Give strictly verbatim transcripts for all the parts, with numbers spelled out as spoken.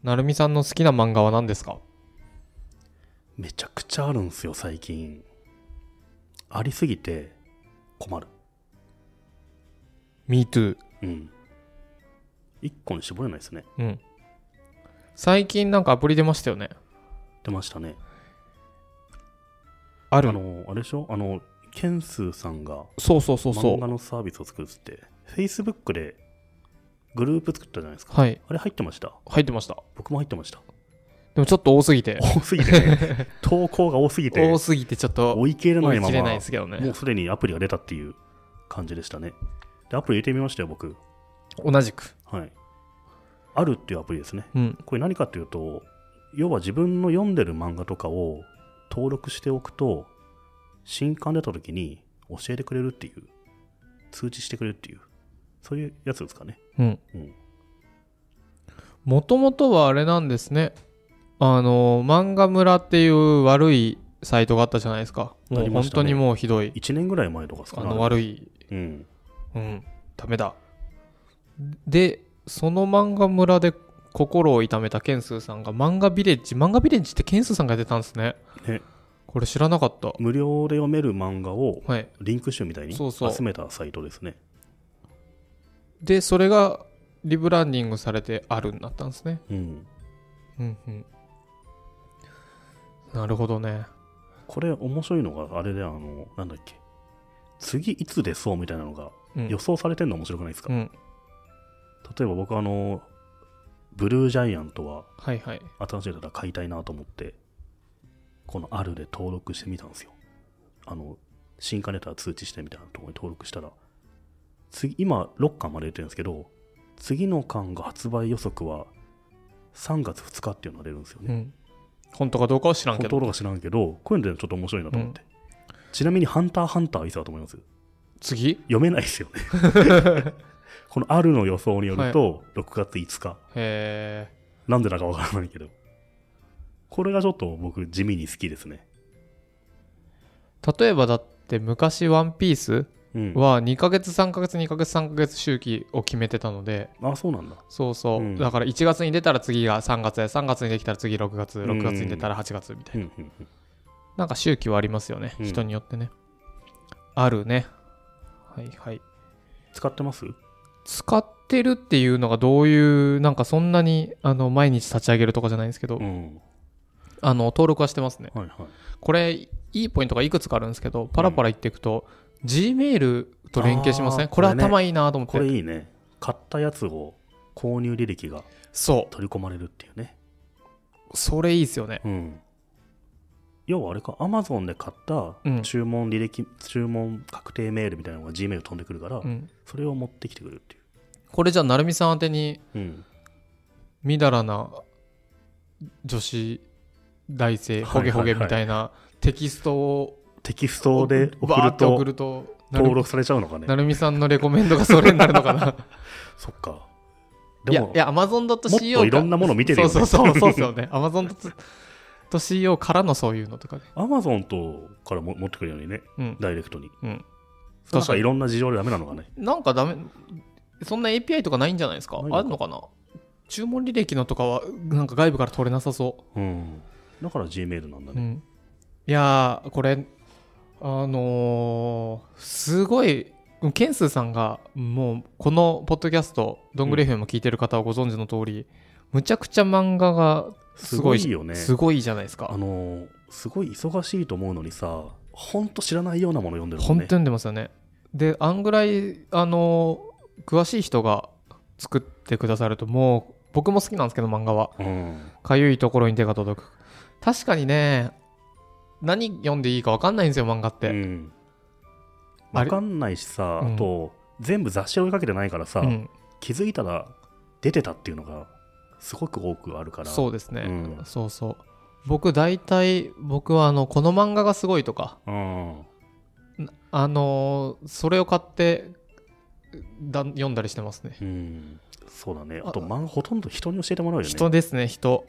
なるみさんの好きな漫画は何ですか？ めちゃくちゃあるんすよ最近。ありすぎて困る。 Me too。 うん一個に絞れないですね。 うん。最近なんかアプリ出ましたよね。 出ましたね。 ある。 あのあれでしょ、あのケンスーさんがそうそうそうそう。 漫画のサービスを作るっつって Facebook でグループ作ったじゃないですか。 はい。 あれ入ってました？ 入ってました。 僕も入ってました。 でもちょっと多すぎて。 多すぎてね投稿が多すぎて多すぎてちょっと追い切れないま追い切れないまですけどね。 もうすでにアプリが出たっていう感じでしたね。でアプリ入れてみましたよ僕。 同じく。 はい。あるっていうアプリですね。 うん。 これ何かっていうと、要は自分の読んでる漫画とかを登録しておくと新刊出た時に教えてくれるっていう、通知してくれるっていう、そういうやつですかね。 うんうんもともとはあれなんですね。あの漫画村っていう悪いサイトがあったじゃないですか。もう本当にもうひどい。 いちねんぐらい前とかですかね。 あの悪い。 うんうんダメだ。でその漫画村で心を痛めたケンスーさんが漫画ビレッジ、漫画ビレッジってケンスーさんがやってたんですね。 ね、 これ知らなかった。 無料で読める漫画をはい。 リンク集みたいにそうそう集めたサイトですね。 でそれがリブランディングされてあるになったんですね。 うんうんうんなるほどね。 これ面白いのがあれで、あのなんだっけ、次いつ出そうみたいなのがうん予想されてるの面白くないですか？ うん例えば僕あのブルージャイアントははいはい。 新しい方買いたいなと思ってこのあるで登録してみたんですよ。あの新刊出たら通知してみたいなところに登録したら、次今ろっかんまで出てるんですけど、次の巻が発売予測はさんがつふつかっていうのが出るんですよね。 うん本当かどうかは知らんけど。 本当か知らんけど、こういうのでちょっと面白いなと思って、うん、ちなみにハンターハンターはいつだと思います？ 次読めないですよねこのあるの予想によると、はい、ろくがついつか。 へーなんでだかわからないけど、これがちょっと僕地味に好きですね。 例えばだって昔ワンピースはにかげつさんかげつにかげつさんかげつ周期を決めてたので、 あ、そうなんだ。 そうそう、うん、だからいちがつに出たら次がさんがつで、さんがつにできたら次ろくがつ、ろくがつに出たらはちがつみたいな、うんうんうん、なんか周期はありますよね、うん、人によってね。あるね。はいはい。 使ってます？ 使ってるっていうのがどういう、なんかそんなにあの毎日立ち上げるとかじゃないんですけど、うん、あの登録はしてますね、はいはい。これいいポイントがいくつかあるんですけど、パラパラ言っていくと、うん、Gmail と連携しますね。これ頭いいなと思って。 これいいね。買ったやつを購入履歴が取り込まれるっていうね。 それいいですよね。 うん。要はあれか、Amazon で買った注文履歴、うん、注文確定メールみたいなのが Gmail 飛んでくるから、うん、それを持ってきてくれるっていう。 これじゃあ成美さん宛てに、うん、みだらな女子大生ホゲホゲみたいなテキストをテキストで送ると送ると登録されちゃうのかね。 なるみさんのレコメンドがそれになるのかなそっか。 でもいや、いや アマゾンドットシーオーもっといろんなもの見てるよね。 そうそうそうそうですよね。アマゾンドットシーオー からのそういうのとかね。 アマゾンとからも持ってくるようにね、うん、ダイレクトに。うん。 確かいろんな事情でダメなのかね。 なんかダメ、そんな エーピーアイ とかないんじゃないですか。あるのかな。注文履歴のとかはなんか外部から取れなさそう。 うん。だから Gmail なんだね。うん、 いやーこれあのー、すごいケンスーさんがもうこのポッドキャストどんぐり エフエム も聞いてる方はご存知の通り、うん、むちゃくちゃ漫画がすごい、 すごいよね。 すごいじゃないですか。 あのー、すごい忙しいと思うのにさ、ほんと知らないようなもの読んでるもんね。 ほんと読んでますよね。であんぐらいあのー、詳しい人が作ってくださると、もう僕も好きなんですけど漫画は、うん、かゆいところに手が届く。確かにね、何読んでいいか分かんないんですよ漫画って、うん、 分かんないしさ、うん、あと全部雑誌を追いかけてないからさ、うん、気づいたら出てたっていうのがすごく多くあるから。 そうですね、うん、そうそう。僕大体僕はあのこの漫画がすごいとか、うん、あのー、それを買ってだ読んだりしてますね、うん、 そうだね。あと漫画ほとんど人に教えてもらうよね。 人ですね、人。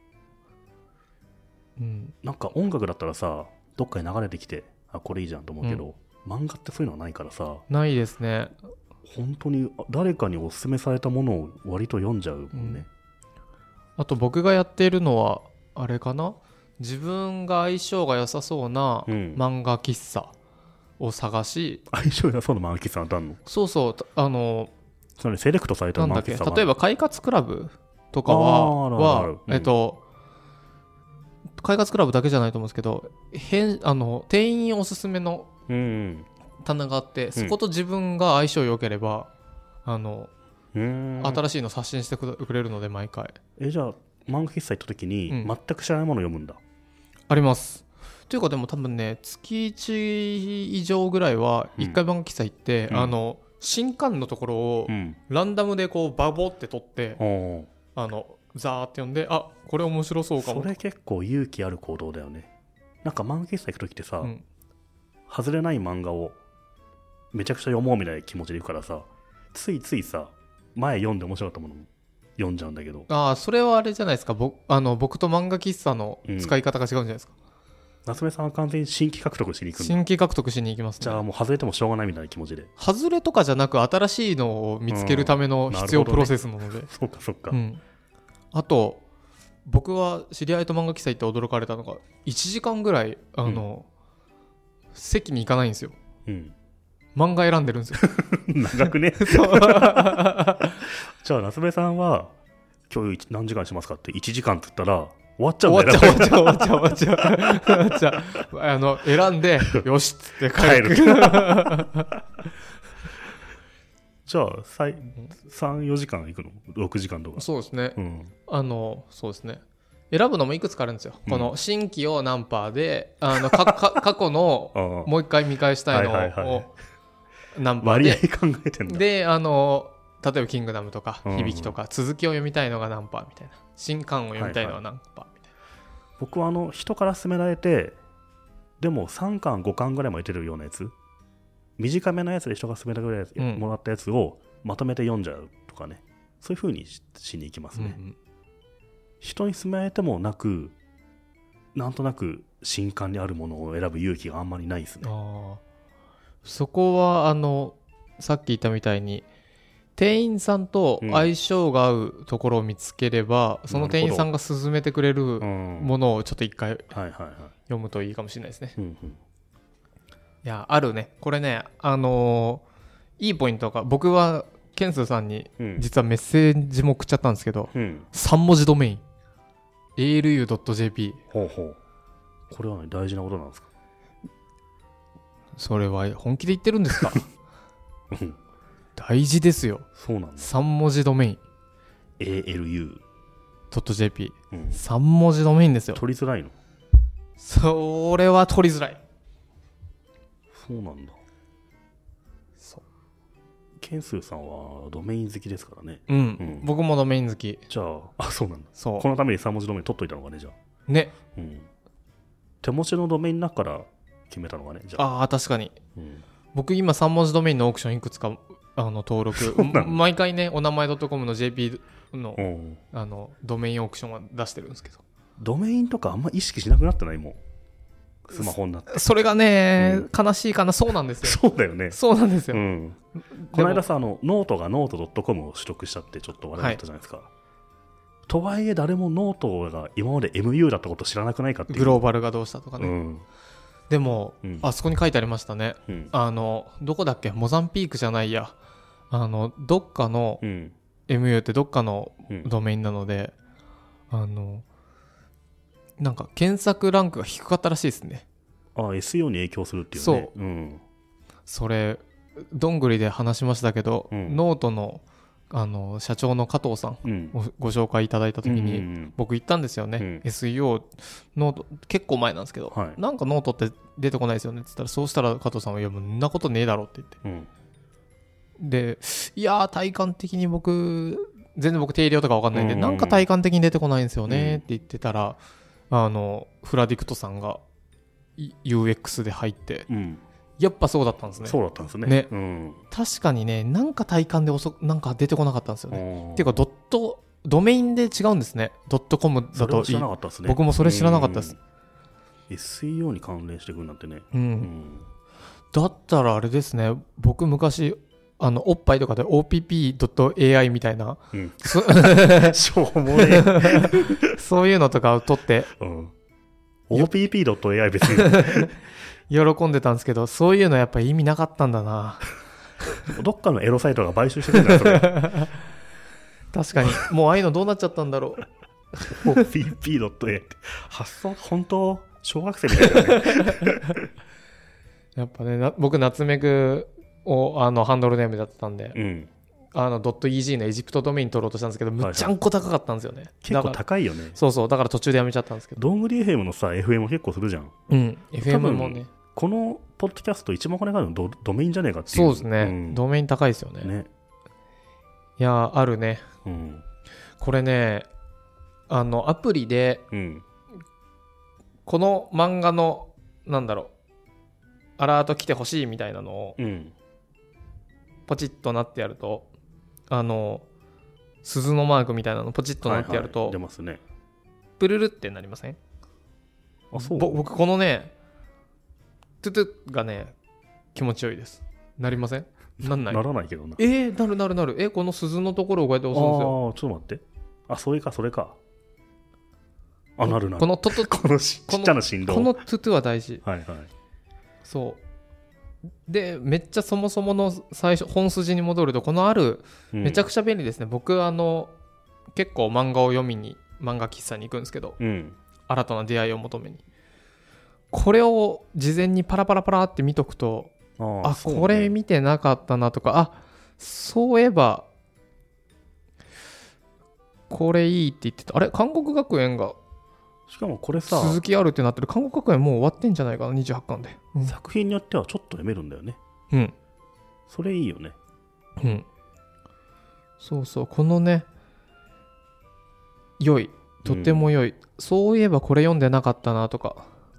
うん、なんか音楽だったらさ、どっかに流れてきてあこれいいじゃんと思うけど、うん、漫画ってそういうのはないからさ。 ないですね。 本当に誰かにおすすめされたものを割と読んじゃうもんね、うん、 あと僕がやっているのはあれかな、自分が相性が良さそうな漫画喫茶を探し、 うん、相性良さそうな漫画喫茶ってあるの？ そうそう、あのそれセレクトされた漫画喫茶なんだっけ、例えば快活クラブとかはは、うん、えっと快活クラブだけじゃないと思うんですけど、変あの店員おすすめの棚があって、うん、そこと自分が相性良ければあのうん新しいの刷新してくれるので毎回。 えじゃあ漫画喫茶行った時に全く知らないものを読むんだ、うん、 あります。というかでも多分ね月いち以上ぐらいはいっかい漫画喫茶行って、うん、あの新刊のところをランダムでこうバボって取って、うん、あのザーって読んで、あこれ面白そうかも。 それ結構勇気ある行動だよね。なんか漫画喫茶行く時ってさ、うん、外れない漫画をめちゃくちゃ読もうみたいな気持ちで行くからさ、ついついさ前読んで面白かったものも読んじゃうんだけど。 ああそれはあれじゃないですか、ぼあの僕と漫画喫茶の使い方が違うんじゃないですか。 夏目さんは完全に新規獲得しに行くんだ。 新規獲得しに行きますね。 じゃあもう外れてもしょうがないみたいな気持ちで。 外れとかじゃなく新しいのを見つけるための必要プロセスなので、うんね、 そうかそうか、 うん、あと僕は知り合いと漫画喫茶行って驚かれたのがいちじかんぐらいあの、うん、席に行かないんですよ、うん、漫画選んでるんですよ長くねじゃあ夏目さんは今日何時間しますかっていちじかんって言ったら終わっちゃうんだよ。 終わっちゃう終わっちゃう終わっちゃう終わっちゃうあの選んでよしっつって帰るじゃあさん、よじかん行くの？ろくじかんとか。 そうですね、うん、あのそうですね、選ぶのもいくつかあるんですよ、うん、この新規を何パーであのかか過去のもう一回見返したいのを何パーで割合考えてんだ。 であの例えばキングダムとか響きとか、うん、続きを読みたいのが何パーみたいな、新刊を読みたいのは何パーみたいな、はいはい、 僕はあの人から勧められてでもさんかんごかんぐらいも出てるようなやつ、短めのやつで人が勧めてくれてもらったやつをまとめて読んじゃうとかね、そういう風に し, しに行きますね、うんうん、人に勧められてもなくなんとなく新刊にあるものを選ぶ勇気があんまりないですね。 あそこはあのさっき言ったみたいに店員さんと相性が合うところを見つければ、うん、その店員さんが勧めてくれるものをちょっと一回読むといいかもしれないですね、うんうん、いやあるねこれね、あのー、いいポイントが、僕はケンスーさんに実はメッセージも送っちゃったんですけど、うん、さん文字ドメイン エーエルユードットジェーピー、 ほうほう、これは、ね、大事なことなんですか？ それは本気で言ってるんですか？大事ですよ。 そうなんだ。 さん文字ドメインエーエルユードットジェーピー、うん、さん文字ドメインですよ。 取りづらいの？ それは取りづらい。 そうなんだ。そうケンスーさんはドメイン好きですからね。 うん、うん、僕もドメイン好き。 じゃあ、あ、そうなんだ。そう、このためにさん文字ドメイン取っといたのかね、じゃあね、 うん、手持ちのドメインの中から決めたのがね、じゃあ。 ああ、確かに、うん、僕今さん文字ドメインのオークションいくつかあの登録毎回ね、お名前 .com の ジェーピー の、あのドメインオークションは出してるんですけど、ドメインとかあんま意識しなくなってない？もうスマホになって。 それがね、うん、悲しいかな。そうなんですよ。 そうだよね。 そうなんですよ、 うん、この間さ、あのノートがノート .com を取得したってちょっと話題だったじゃないですか、はい、とはいえ誰もノートが今まで エムユー だったこと知らなくないかっていう。 グローバルがどうしたとかね、うん、でも、うん、あそこに書いてありましたね、うん、あのどこだっけ、モザンピークじゃないや、あのどっかの エムユー ってどっかのドメインなので、うん、あのなんか検索ランクが低かったらしいですね。 ああ、エスイーオー に影響するっていうね。そう、うん、 それどんぐりで話しましたけど、うん、ノートのあの社長の加藤さんをご紹介いただいた時に、うん、僕言ったんですよね、うん、エスイーオー ノート結構前なんですけど、はい、なんかノートって出てこないですよねって言ったら、そうしたら加藤さんは、いやもうそんなことねえだろって言って、うん、でいや体感的に僕全然僕定量とか分かんないんで、うん、なんか体感的に出てこないんですよねって言ってたら、うん、あのフラディクトさんが ユーエックス で入って、うん、やっぱそうだったんですね。 そうだったんですね。 ね、うん、確かにね、なんか体感で遅なんか出てこなかったんですよね。っていうかドットドメインで違うんですね。ドットコムだと。それは知らなかったですね。僕もそれ知らなかったです。 エスイーオー に関連してくるなんてね、うんうん、だったらあれですね、僕昔あのおっぱいとかで オーピーピードットエーアイ みたいな、うん、 しょうもねそういうのとかを取って、 うん、オーピーピードットエーアイ 別に喜んでたんですけど、そういうのやっぱり意味なかったんだなどっかのエロサイトが買収してるんだよそれ確かにもうああいうのどうなっちゃったんだろうオーピーピードットエーアイ って発想本当小学生みたいだよねやっぱねな僕ナツメグをあのハンドルネームだったんで、うん、あの .eg のエジプトドメイン取ろうとしたんですけど、むっちゃんこ高かったんですよね、はいはい、 結構高いよね。 そうそう、だから途中でやめちゃったんですけど。 どんぐり エフエム のさ エフエム 結構するじゃん。 うん エフエム もね、 このポッドキャスト一番金があるの ド, ドメインじゃねえかっていう。そうですね、うん、ドメイン高いですよ ね, ねいやあるね、うん、これねあのアプリで、うん、この漫画のなんだろうアラート来てほしいみたいなのを、うん、ポチッとなってやると、あの鈴のマークみたいなのポチッとなってやると、はいはい、 出ますね。 プルルってなりません？ あ、そう。 僕このねトゥトゥがね気持ちよいです。なりません？なんない？ ならないけどな。 えー、なるなるなる。えこの鈴のところをこうやって押すんですよ。 ああ、ちょっと待って。あ、それかそれか。あ、なるなる。 このトトこのちっちゃな振動。 このトゥトゥは大事。 はいはい。 そうでめっちゃそもそもの最初本筋に戻ると、このあるめちゃくちゃ便利ですね、うん、僕あの結構漫画を読みに漫画喫茶に行くんですけど、うん、新たな出会いを求めにこれを事前にパラパラパラって見とくと、ああ、これ見てなかったなとか、あそういえばこれいいって言ってた、あれ韓国学園がしかもこれさ続きあるってなってる。韓国学園もう終わってんじゃないかなにじゅうはちかんで、 うん、作品によってはちょっと読めるんだよね。 うんそれいいよね。 うんそうそう、このね良いとても良い、うん、そういえばこれ読んでなかったなとか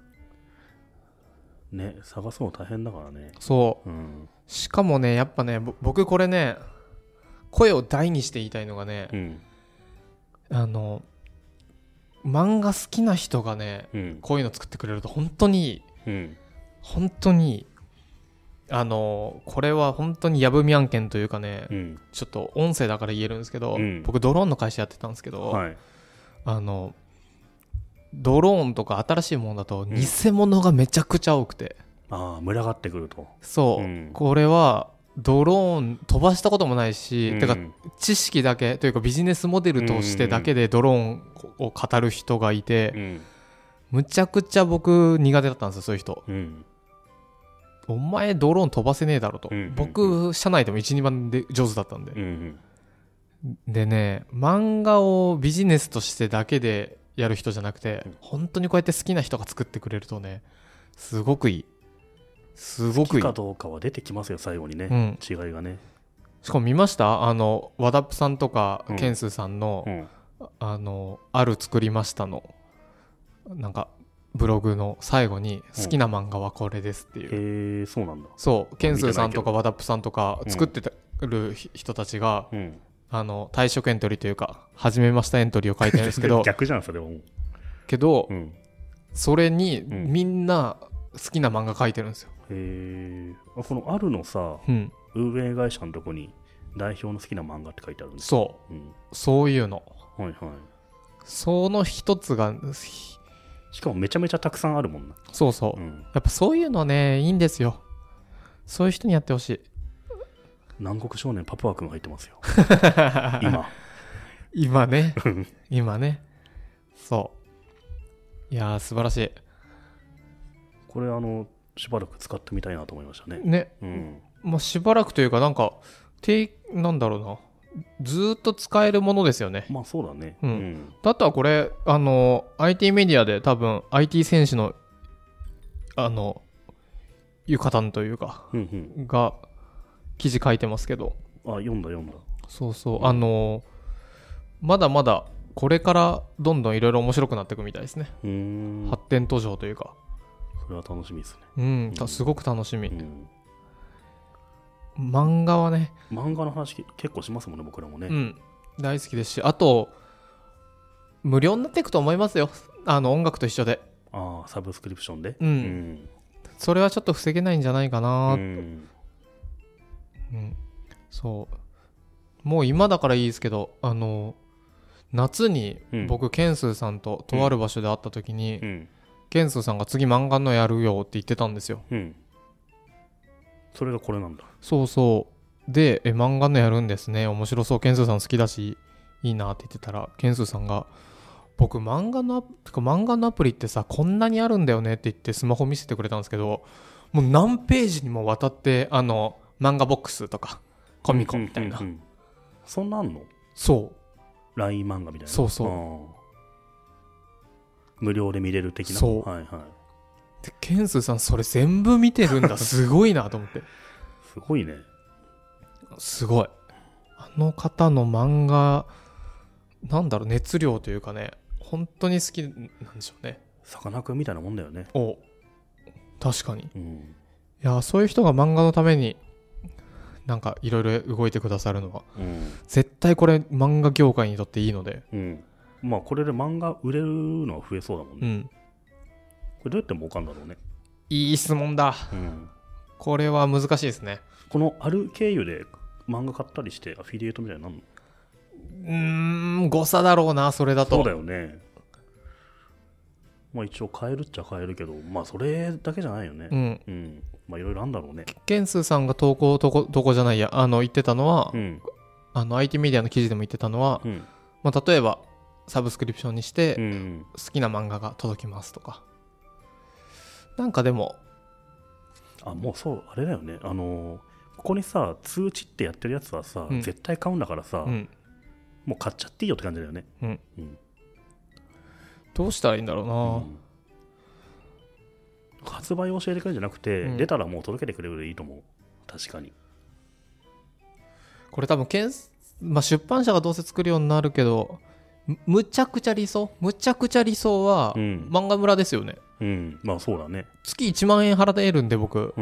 ね、探すの大変だからね。 そう、うん、しかもねやっぱね僕これね声を大にして言いたいのがね、うん、あの漫画好きな人がね、うん、こういうの作ってくれると本当にいい、うん、本当にいい。あのこれは本当にやぶみ案件というかね、うん、ちょっと音声だから言えるんですけど、うん、僕ドローンの会社やってたんですけど、はい、あのドローンとか新しいものだと偽物がめちゃくちゃ多くて、 うん、ああ群がってくると。 そう、うん、これはドローン飛ばしたこともないし、うん、てか知識だけというかビジネスモデルとしてだけでドローンを語る人がいて、うん、むちゃくちゃ僕苦手だったんですよそういう人、うん、お前ドローン飛ばせねえだろと、うんうんうん、僕社内でも いち,に 番で上手だったんで、うんうん、でね漫画をビジネスとしてだけでやる人じゃなくて、うん、本当にこうやって好きな人が作ってくれるとねすごくいい。すごくいい。 好きかどうかは出てきますよ最後にね、うん、違いがね。 しかも見ましたあのワダップさんとか、うん、ケンスーさんの、うん、あのある作りましたのなんかブログの最後に好きな漫画はこれですっていう、うん、 へーそうなんだ。 そうケンスーさんとかワダップさんとか作ってる人たちが、うん、あの退職エントリーというか始めましたエントリーを書いてるんですけど逆じゃんそれもけど、うん、それにみんな好きな漫画書いてるんですよ。 へーこのあるのさ、うん、運営会社のとこに代表の好きな漫画って書いてあるんです。 そう、うん、そういうの、はいはい、その一つがしかもめちゃめちゃたくさんあるもんな。 そうそう、うん、やっぱそういうのねいいんですよ。そういう人にやってほしい。 南国少年パプア君入ってますよ今今ね今ねそういやー素晴らしい。 これあのしばらく使ってみたいなと思いましたね。 ね、うん、まあしばらくというかなんかてなんだろうなずっと使えるものですよね。 まあそうだね。 うん。うん、あとはこれあの アイティー メディアで多分 アイティー 選手のあのゆかたんというか、うんうん、が記事書いてますけど。 あ読んだ読んだ。 そうそう、うん、あのまだまだこれからどんどんいろいろ面白くなっていくみたいですね。うーん発展途上というか。 それは楽しみですね。 うん、うん、すごく楽しみ。うん漫画はね漫画の話結構しますもんね僕らもね、 うん、大好きですしあと無料になっていくと思いますよあの音楽と一緒で。 ああサブスクリプションで、 うんうん、それはちょっと防げないんじゃないかな、うんうん、 そうもう今だからいいですけど、あの夏に僕、うん、ケンスーさんととある場所で会った時に、うん、ケンスーさんが次漫画のやるよって言ってたんですよ、うん、 それがこれなんだ。 そうそうで、え漫画のやるんですね、面白そう、ケンスーさん好きだしいいなって言ってたら、ケンスーさんが僕漫画のてか漫画のアプリってさこんなにあるんだよねって言ってスマホ見せてくれたんですけど、もう何ページにもわたってあの漫画ボックスとかコミコンみたいな、うんうんうんうん、 そんなあんの？ そうライン 漫画みたいな。 そうそう無料で見れる的な。 そう、 はいはい、 でケンスーさんそれ全部見てるんだすごいなと思ってすごいね。 すごい、あの方の漫画なんだろう熱量というかね本当に好きなんでしょうね。 さかなクンみたいなもんだよね。 お確かに、うん、いやそういう人が漫画のためになんかいろいろ動いてくださるのは、うん、絶対これ漫画業界にとっていいので、 うん、まあこれで漫画売れるのは増えそうだもんね、うん、これどうやって儲かるんだろうね。 いい質問だ、うん、これは難しいですね。 このある経由で漫画買ったりしてアフィリエイトみたいになるの？ うーん誤差だろうなそれだと。 そうだよね。まあ一応買えるっちゃ買えるけど、まあそれだけじゃないよね。うん、うん、まあいろいろあるんだろうね。 ケンスーさんが投稿とこ、とこじゃないや、あの言ってたのは、うん、あの アイティー メディアの記事でも言ってたのは、うん、まあ、例えばサブスクリプションにして、うん、好きな漫画が届きますとか。なんかでも、 あ、もうそうあれだよね。あのここにさ通知ってやってるやつはさ、うん、絶対買うんだからさ、うん、もう買っちゃっていいよって感じだよね。うんうん、 どうしたらいいんだろうな、うん、 発売を教えてくれるんじゃなくて、うん、出たらもう届けてくれるでいいと思う。確かにこれ多分けん、まあ、出版社がどうせ作るようになるけど む, むちゃくちゃ理想むちゃくちゃ理想は、うん、漫画村ですよね。 うんまあそうだね。 月いちまんえん払えるんで僕、うん、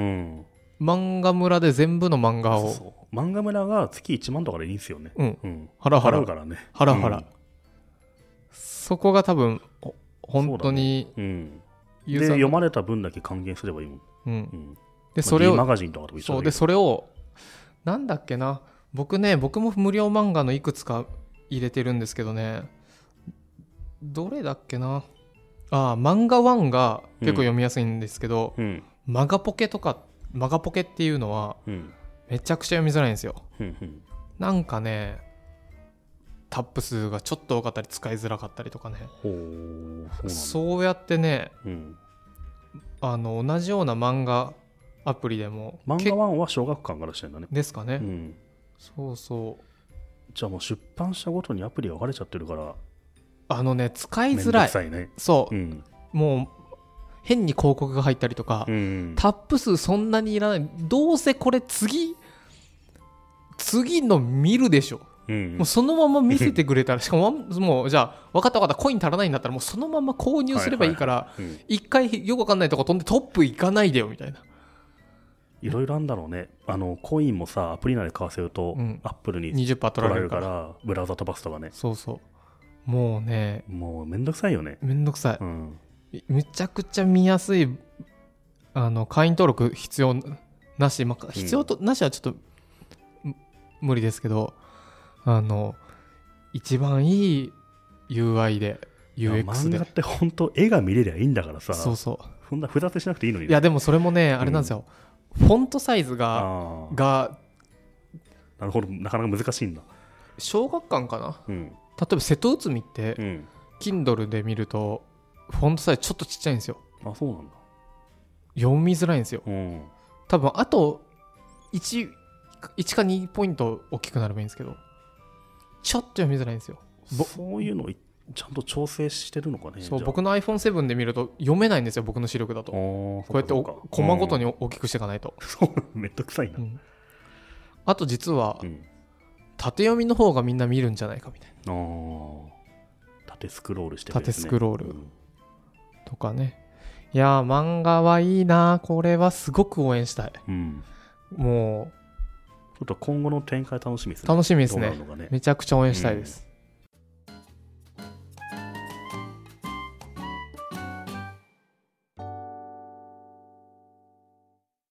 漫画村で全部の漫画を。そうそう漫画村が月いちまんとかでいいんですよね。うん、うん、 ハラハラ払うからね。 ハラハラ、うん、そこが多分本当に、ね、うん、 で読まれた分だけ還元すればいいもん。うんうん、 でそれを、 まあ、D マガジンとかと一緒だけど。 そうでそれをなんだっけな僕ね僕も無料漫画のいくつか入れてるんですけどねどれだっけなあ漫画ワンが結構読みやすいんですけど、うん、マガポケとかマガポケっていうのはめちゃくちゃ読みづらいんですよ、うんうん、なんかねタップ数がちょっと多かったり使いづらかったりとかね。そう、そうやってね、うん、あの同じような漫画アプリでも漫画ワンは小学館からしてるんだね。 ですかね、うん、そうそうじゃあもう出版社ごとにアプリが分かれちゃってるからあのね使いづらい。めんどくさいね。そう、うん、もう変に広告が入ったりとか、うん、タップ数そんなにいらない。どうせこれ次次の見るでしょ、うん、もうそのまま見せてくれたらしかももうじゃあ分かった分かったコイン足らないんだったらもうそのまま購入すればいいから一回よく分かんないとこ飛んでトップ行かないでよみたいな。 いろいろあるんだろうね。あのコインもさアプリ内で買わせると、うん、アップルににじゅっパーセント 取られるかららブラウザ飛ばすとかね。 そうそうもうねもうめんどくさいよね。 めんどくさい、うん、めちゃくちゃ見やすい。あの会員登録必要なし、まあ、必要と、うん、なしはちょっと無理ですけどあの一番いい ユーアイ で ユーエックス で漫画って本当絵が見れりゃいいんだからさ。 そうそうそんな複雑しなくていいのに、ね、 いやでもそれもねあれなんですよ、うん、フォントサイズががなるほどなかなか難しいんだ。 小学館かな、うん、例えば瀬戸内海って、うん、Kindle で見るとフォントサイズちょっとちっちゃいんですよ。 あそうなんだ。 読みづらいんですよ、うん、多分あと 1, いちかにポイント大きくなればいいんですけどちょっと読みづらいんですよ。 そういうのちゃんと調整してるのかね。 そう僕の アイフォンセブン で見ると読めないんですよ僕の視力だと。こうやってコマごとに大きくしていかないと。 そうめんどくさいな、うん、 あと実は、うん、縦読みの方がみんな見るんじゃないかみたいな。 あ縦スクロールしてる、ね、縦スクロール、うん、とかね。いや漫画はいいなこれはすごく応援したい、うん、もうちょっと今後の展開楽しみですね。 楽しみです ね, ねめちゃくちゃ応援したいです、うん